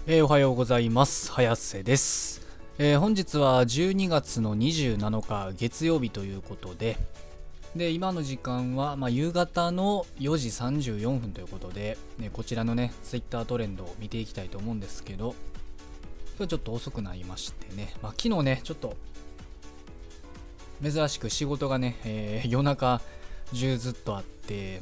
おはようございます。早瀬です。本日は12月の27日月曜日ということで、今の時間は、夕方の4時34分ということで、こちらのね、ツイッタートレンドを見ていきたいと思うんですけど、今日ちょっと遅くなりましてね、昨日ね、ちょっと珍しく仕事がね、夜中中ずっとあって、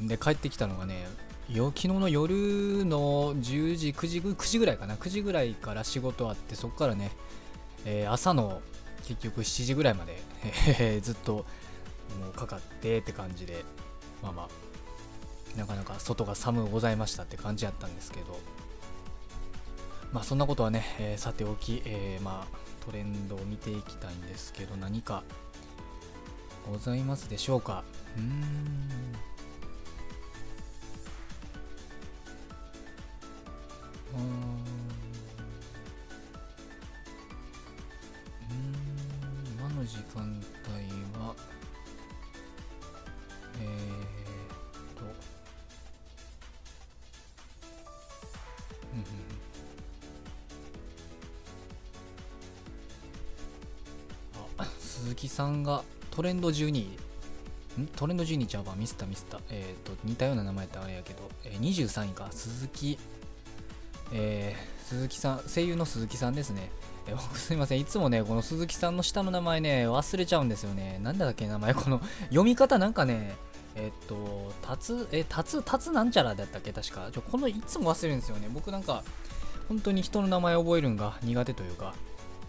で、帰ってきたのがね、昨日の夜の10時、9時ぐらいかな、9時ぐらいから仕事あって、そこからね、朝の結局7時ぐらいまでずっともうかかってって感じで、なかなか外が寒うございましたって感じやったんですけど、そんなことはね、さておき、トレンドを見ていきたいんですけど、何かございますでしょうか。今の時間帯は鈴木さんがトレンド12位ちゃうわ、ミスった似たような名前やったらあれやけど、23位か、鈴木さん、声優の鈴木さんですね。僕すいません、いつもねこの鈴木さんの下の名前ね忘れちゃうんですよね。なんだっけ名前、この読み方なんかね、たつなんちゃらだったっけ、確かこのいつも忘れるんですよね。僕なんか本当に人の名前覚えるんが苦手というか、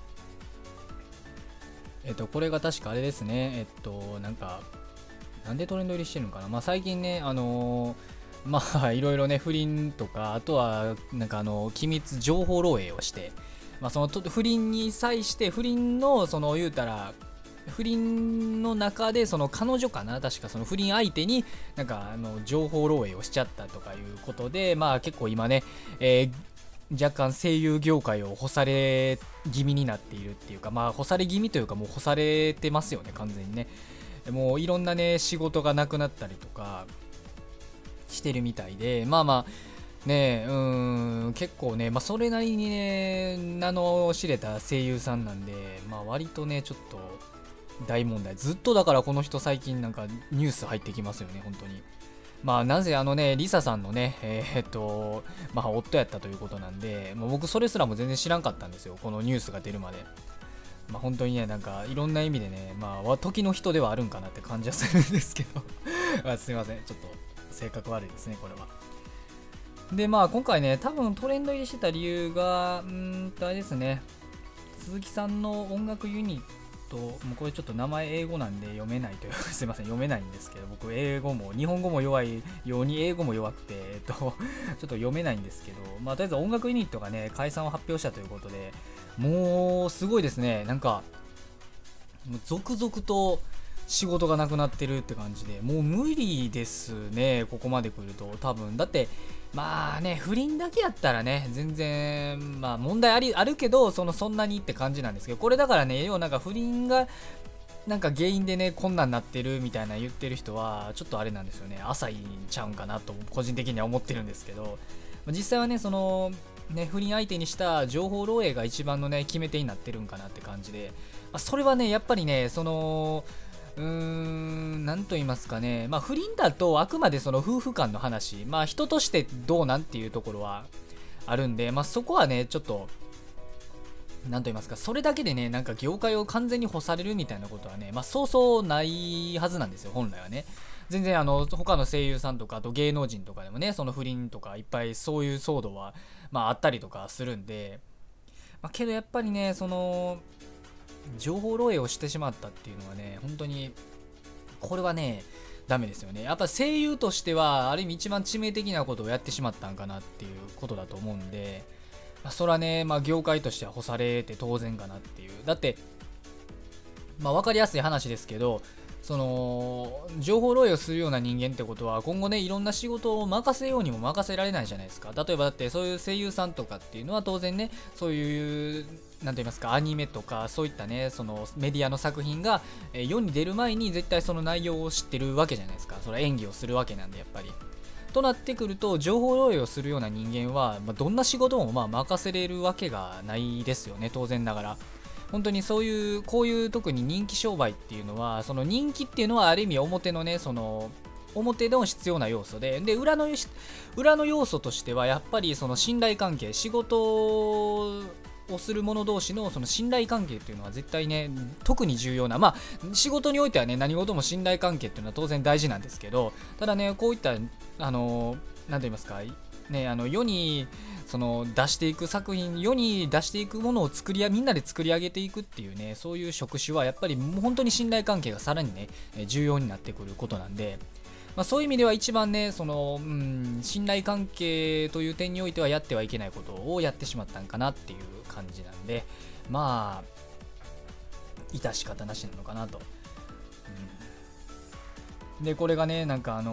これが確かあれですね。なんでトレンド入りしてるのかな。最近ね、いろいろね、不倫とか、あとは、機密情報漏洩をして、その不倫に際して、不倫の、言うたら、不倫の中で、彼女かな、確かその不倫相手に、情報漏洩をしちゃったとかいうことで、結構今ね、若干声優業界を干され気味になっているっていうか、干され気味というか、もう干されてますよね、完全にね。もういろんなね、仕事がなくなったりとかしてるみたいで、ね、結構ね、それなりにね、名の知れた声優さんなんで、割とね、ちょっと大問題。ずっとだからこの人最近なんかニュース入ってきますよね、本当に。なぜリサさんのね、夫やったということなんで、僕それすらも全然知らんかったんですよ、このニュースが出るまで。本当にね、いろんな意味でね、時の人ではあるんかなって感じはするんですけどすいません、ちょっと性格悪いですね、これは。で、今回ね、多分トレンド入りしてた理由が、あれですね、鈴木さんの音楽ユニット、もうこれちょっと名前英語なんで読めないというすいません、読めないんですけど、僕英語も日本語も弱いように英語も弱くて、ちょっと読めないんですけど、とりあえず音楽ユニットがね、解散を発表したということで、もうすごいですね。続々と仕事がなくなってるって感じで、もう無理ですね、ここまで来ると。多分だって不倫だけやったらね、全然問題あるけど、そんなにって感じなんですけど、これだからね、要は不倫が原因でね、こんなんなってるみたいな言ってる人はちょっとあれなんですよね、浅いんちゃうんかなと個人的には思ってるんですけど、実際はね、不倫相手にした情報漏洩が一番のね、決め手になってるんかなって感じで、それはね、やっぱりね、なんと言いますかね、不倫だとあくまでその夫婦間の話、人としてどうなんっていうところはあるんで、そこはね、ちょっとなんと言いますか、それだけでね、業界を完全に干されるみたいなことはね、そうそうないはずなんですよ、本来はね。全然他の声優さんとか、あと芸能人とかでもね、その不倫とかいっぱいそういう騒動はあったりとかするんで、けどやっぱりね、情報漏洩をしてしまったっていうのはね、本当にこれはね、ダメですよね。やっぱ声優としてはある意味一番致命的なことをやってしまったんかなっていうことだと思うんで、それはね、業界としては干されて当然かなっていう。だって分かりやすい話ですけど、情報漏洩をするような人間ってことは今後ね、いろんな仕事を任せようにも任せられないじゃないですか。例えばだってそういう声優さんとかっていうのは当然ね、そういうなんて言いますか、アニメとかそういったね、メディアの作品が世に出る前に絶対その内容を知ってるわけじゃないですか。それは演技をするわけなんで、やっぱりとなってくると、情報漏洩をするような人間は、どんな仕事も任せれるわけがないですよね、当然ながら。本当にそういう、こういう特に人気商売っていうのは、その人気っていうのはある意味表のね、その、表でも必要な要素で、裏の要素としては、やっぱりその信頼関係、仕事をする者同士のその信頼関係っていうのは絶対ね、特に重要な、仕事においてはね、何事も信頼関係っていうのは当然大事なんですけど、ただね、こういったなんと言いますかね、世にその出していく作品、世に出していくものをみんなで作り上げていくっていうね、そういう職種はやっぱりもう本当に信頼関係がさらにね、重要になってくることなんで、そういう意味では一番ね、その、信頼関係という点においてはやってはいけないことをやってしまったんかなっていう感じなんで、致し方なしなのかなと。で、これがね、なんか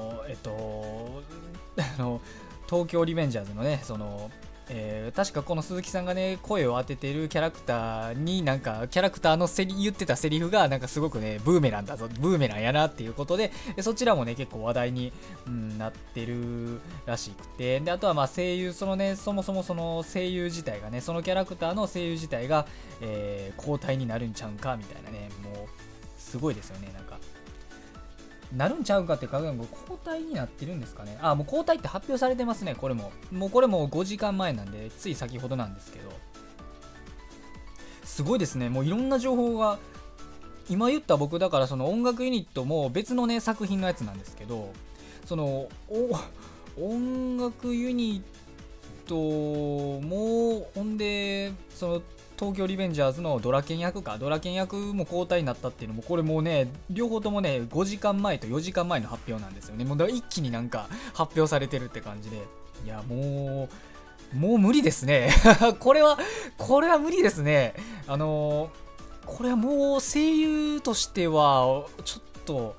東京リベンジャーズのね、その、確かこの鈴木さんがね、声を当ててるキャラクターに、なんか、キャラクターの言ってたセリフが、なんかすごくね、ブーメランだぞ、ブーメランやなっていうことで、そちらもね、結構話題に、なってるらしくて、で、あとは声優、そのね、そもそもその声優自体がね、そのキャラクターの声優自体が、交代になるんちゃうんか、みたいなね、もう、すごいですよね、なんか。なるんちゃうかっていうか、交代になってるんですかね。もう交代って発表されてますね、これも。もうこれも5時間前なんで、つい先ほどなんですけど。すごいですね、もういろんな情報が、今言った僕だからその音楽ユニットも別のね、作品のやつなんですけど、その、音楽ユニットも、ほんで、その、東京リベンジャーズのドラケン役も交代になったっていうのも、これもうね、両方ともね、5時間前と4時間前の発表なんですよね。もう一気になんか発表されてるって感じで。いや、もう無理ですね。これは無理ですね。これはもう声優としては、ちょっと、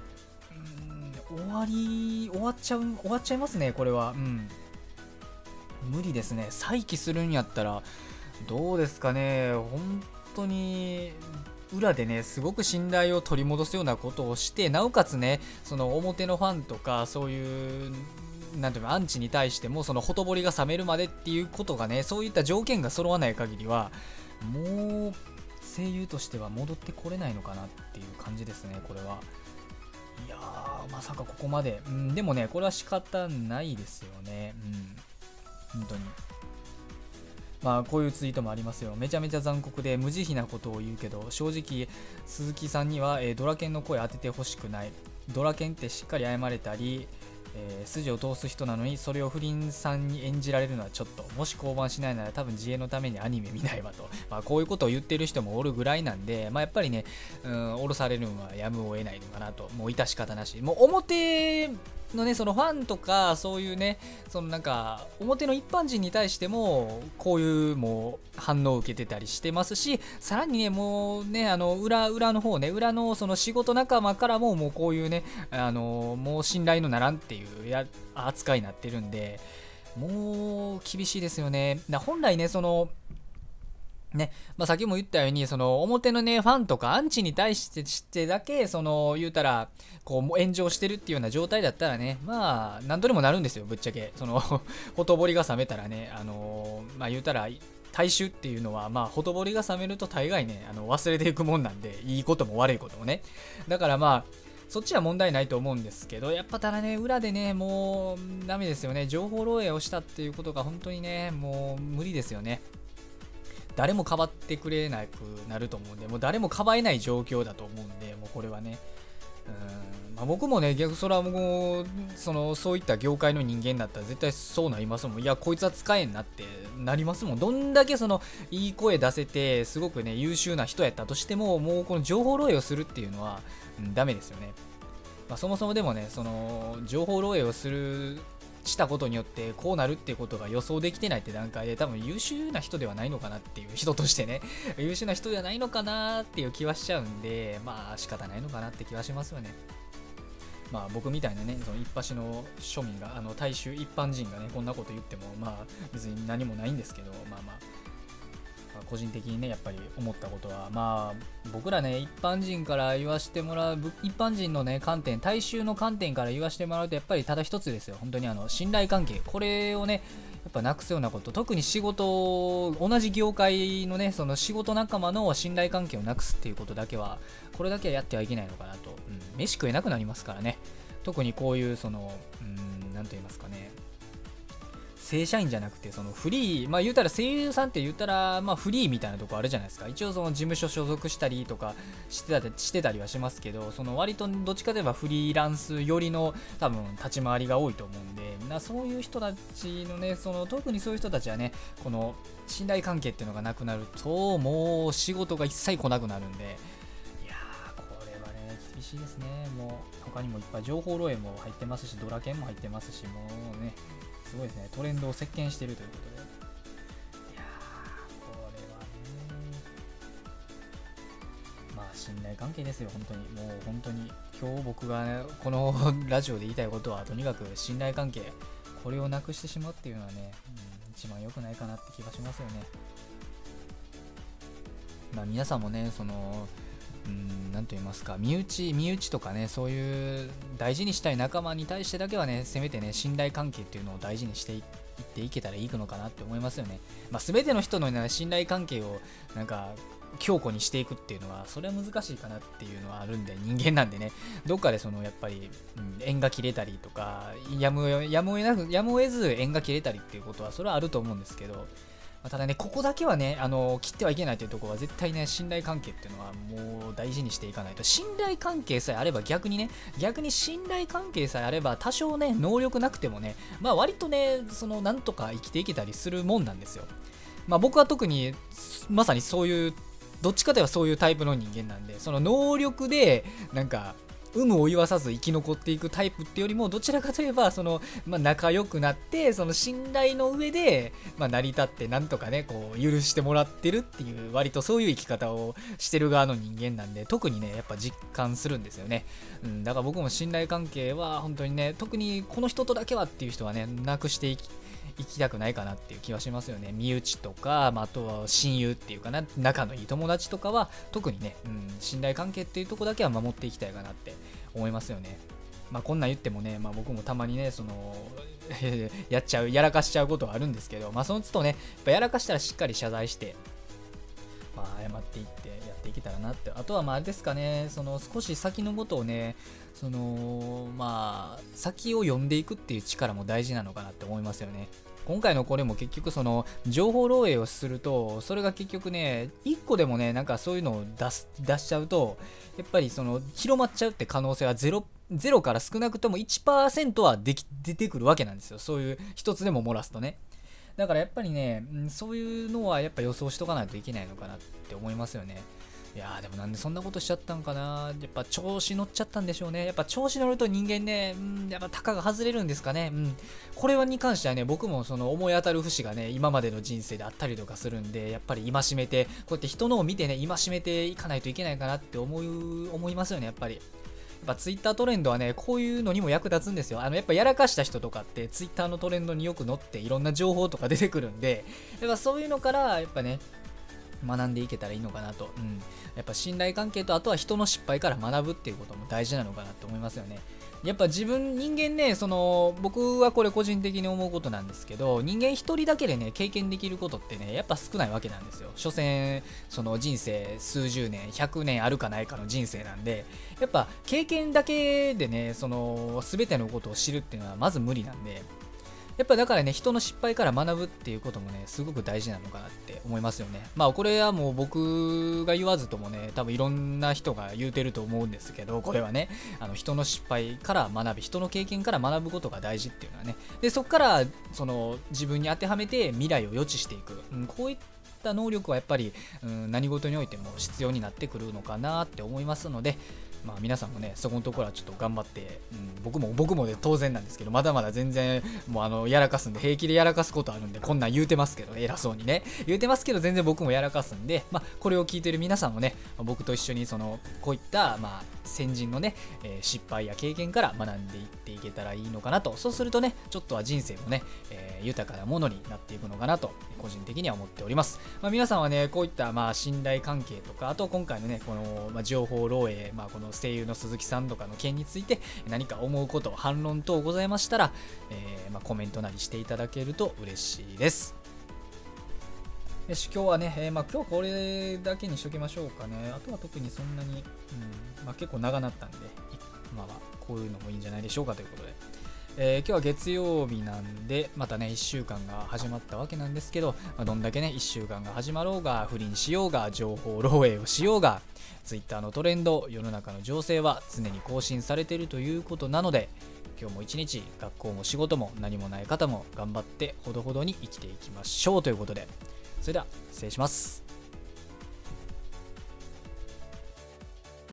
終わっちゃいますね、これは。無理ですね。再起するんやったら、どうですかね、本当に裏でね、すごく信頼を取り戻すようなことをして、なおかつね、その表のファンとか、そういう、なんていうの、アンチに対しても、そのほとぼりが冷めるまでっていうことがね、そういった条件が揃わない限りは、もう声優としては戻ってこれないのかなっていう感じですね、これは。いやー、まさかここまで。でもね、これは仕方ないですよね。本当に。こういうツイートもありますよ。めちゃめちゃ残酷で無慈悲なことを言うけど、正直鈴木さんには、ドラケンの声当ててほしくない。ドラケンってしっかり謝れたり、筋を通す人なのにそれを不倫さんに演じられるのはちょっと、もし降板しないなら多分自衛のためにアニメ見ないわと、こういうことを言ってる人もおるぐらいなんで、やっぱりね、降ろされるのはやむを得ないのかなと。もう致し方なし。もう表のね、そのファンとかそういうね、そのなんか表の一般人に対してもこういうもう反応を受けてたりしてますし、さらにね、もうね、裏の方ね、裏のその仕事仲間からももうこういうね、もう信頼のならんっていう扱いになってるんで、もう厳しいですよね。本来ね、そのね、さっきも言ったように、その表のね、ファンとかアンチに対してだけ、その言うたら、こう炎上してるっていうような状態だったらね、なんとでもなるんですよ、ぶっちゃけ。そのほとぼりが冷めたらね、言うたら、大衆っていうのは、ほとぼりが冷めると大概ね、忘れていくもんなんで、いいことも悪いこともね。だからそっちは問題ないと思うんですけど、やっぱただね、裏でね、もうダメですよね。情報漏洩をしたっていうことが本当にね、もう無理ですよね。誰もかばってくれなくなると思うんで、もう誰もかばえない状況だと思うんで、もうこれはね、僕もね、逆それはもうそういった業界の人間だったら絶対そうなりますもん。いや、こいつは使えんなってなりますもん。どんだけいい声出せて、すごくね、優秀な人やったとしても、もうこの情報漏洩をするっていうのは、ダメですよね。そもそもでもね、情報漏洩をしたことによってこうなるっていうことが予想できてないって段階で、多分優秀な人ではないのかなっていう、人としてね優秀な人ではないのかなっていう気はしちゃうんで、仕方ないのかなって気はしますよね。僕みたいなね、その一発の庶民が、大衆一般人がね、こんなこと言っても別に何もないんですけど、 個人的にねやっぱり思ったことは、僕らね一般人から言わしてもらう、一般人のね観点、大衆の観点から言わしてもらうと、やっぱりただ一つですよ。本当に信頼関係、これをねやっぱなくすようなこと、特に仕事、同じ業界のねその仕事仲間の信頼関係をなくすっていうことだけは、これだけはやってはいけないのかなと、飯食えなくなりますからね。特にこういうなんと言いますかね、正社員じゃなくてそのフリー、言うたら声優さんって言ったらフリーみたいなとこあるじゃないですか。一応その事務所所属したりとかしてたりはしますけど、その割とどっちかといえばフリーランス寄りの多分立ち回りが多いと思うんで、そういう人たちのね、特にそういう人たちはね、この信頼関係っていうのがなくなると、もう仕事が一切来なくなるんで、いやーこれはね厳しいですね。もう他にもいっぱい情報漏洩も入ってますし、ドラケンも入ってますし、もうねすごいですね。トレンドを席巻しているということで、いやーこれはね、信頼関係ですよ。本当にもう本当に今日僕が、ね、このラジオで言いたいことは、とにかく信頼関係、これをなくしてしまうっていうのはね、一番良くないかなって気がしますよね。皆さんもねなんと言いますか、身内とかね、そういう大事にしたい仲間に対してだけはね、せめてね信頼関係っていうのを大事にしていっていけたらいいのかなって思いますよね。全ての人の、ね、信頼関係をなんか強固にしていくっていうのは、それは難しいかなっていうのはあるんで、人間なんでね、どっかでやっぱり、縁が切れたりとか、やむを得ず縁が切れたりっていうことはそれはあると思うんですけど、ただね、ここだけはね、切ってはいけないというところは、絶対ね、信頼関係っていうのはもう大事にしていかないと。信頼関係さえあれば、逆に信頼関係さえあれば、多少ね、能力なくてもね、割とね、なんとか生きていけたりするもんなんですよ。僕は特に、まさにそういう、どっちかといえばそういうタイプの人間なんで、その能力で、なんか、有無を言わさず生き残っていくタイプってよりも、どちらかといえば仲良くなって、その信頼の上で、成り立ってなんとかねこう許してもらってるっていう、割とそういう生き方をしてる側の人間なんで、特にねやっぱ実感するんですよね。だから僕も信頼関係は本当にね、特にこの人とだけはっていう人はね、なくしていきたくないかなっていう気はしますよね。身内とか、あとは親友っていうかな、仲のいい友達とかは特にね、信頼関係っていうとこだけは守っていきたいかなって思いますよね。こんなん言ってもね、僕もたまにねやらかしちゃうことはあるんですけど、その都度ねやっぱやらかしたらしっかり謝罪して、謝っていってやっていけたらなって。あとはあれですかね、少し先のことをね、先を読んでいくっていう力も大事なのかなって思いますよね。今回のこれも結局情報漏洩をすると、それが結局ね1個でもねなんかそういうのを出しちゃうと、やっぱり広まっちゃうって可能性はゼロから少なくとも 1% は出てくるわけなんですよ。そういう一つでも漏らすとね。だからやっぱりね、そういうのはやっぱ予想しとかないといけないのかなって思いますよね。いやーでもなんでそんなことしちゃったんかな。やっぱ調子乗っちゃったんでしょうね。やっぱ調子乗ると人間ね、やっぱタカが外れるんですかね。これに関してはね、僕も思い当たる節がね、今までの人生であったりとかするんで、やっぱり戒めて、こうやって人のを見てね、戒めていかないといけないかなって思いますよね、やっぱり。やっぱツイッタートレンドはね、こういうのにも役立つんですよ。やっぱやらかした人とかってツイッターのトレンドによく載っていろんな情報とか出てくるんで、やっぱそういうのからやっぱね学んでいけたらいいのかなと。やっぱ信頼関係と、あとは人の失敗から学ぶっていうことも大事なのかなと思いますよね。やっぱ人間ね、僕はこれ個人的に思うことなんですけど、人間一人だけでね経験できることってねやっぱ少ないわけなんですよ。所詮人生数十年100年あるかないかの人生なんで、やっぱ経験だけでね全てのことを知るっていうのはまず無理なんで、やっぱだからね、人の失敗から学ぶっていうこともね、すごく大事なのかなって思いますよね。これはもう僕が言わずともね、多分いろんな人が言うてると思うんですけど、これはね、人の失敗から学び、人の経験から学ぶことが大事っていうのはね、で、そこから自分に当てはめて未来を予知していく、こういった能力はやっぱり、何事においても必要になってくるのかなって思いますので、皆さんもねそこのところはちょっと頑張って、僕もで当然なんですけど、まだまだ全然もうやらかすんで、平気でやらかすことあるんで、こんなん言うてますけど、偉そうにね言うてますけど、全然僕もやらかすんで、これを聞いてる皆さんもね、僕と一緒にこういった先人のね、失敗や経験から学んでいっていけたらいいのかなと。そうするとね、ちょっとは人生もね、 豊かなものになっていくのかなと個人的には思っております。皆さんはねこういった信頼関係とか、あと今回のねこの、情報漏洩、この声優の鈴木さんとかの件について何か思うこと反論等ございましたら、コメントなりしていただけると嬉しいです。よし、今日はね、今日これだけにしときましょうかね。あとは特にそんなに、結構長なったんで、こういうのもいいんじゃないでしょうかということで、今日は月曜日なんで、またね、1週間が始まったわけなんですけど、どんだけね、1週間が始まろうが、不倫しようが、情報漏洩をしようが、Twitter のトレンド、世の中の情勢は常に更新されているということなので、今日も一日、学校も仕事も何もない方も頑張ってほどほどに生きていきましょうということで、それでは失礼します。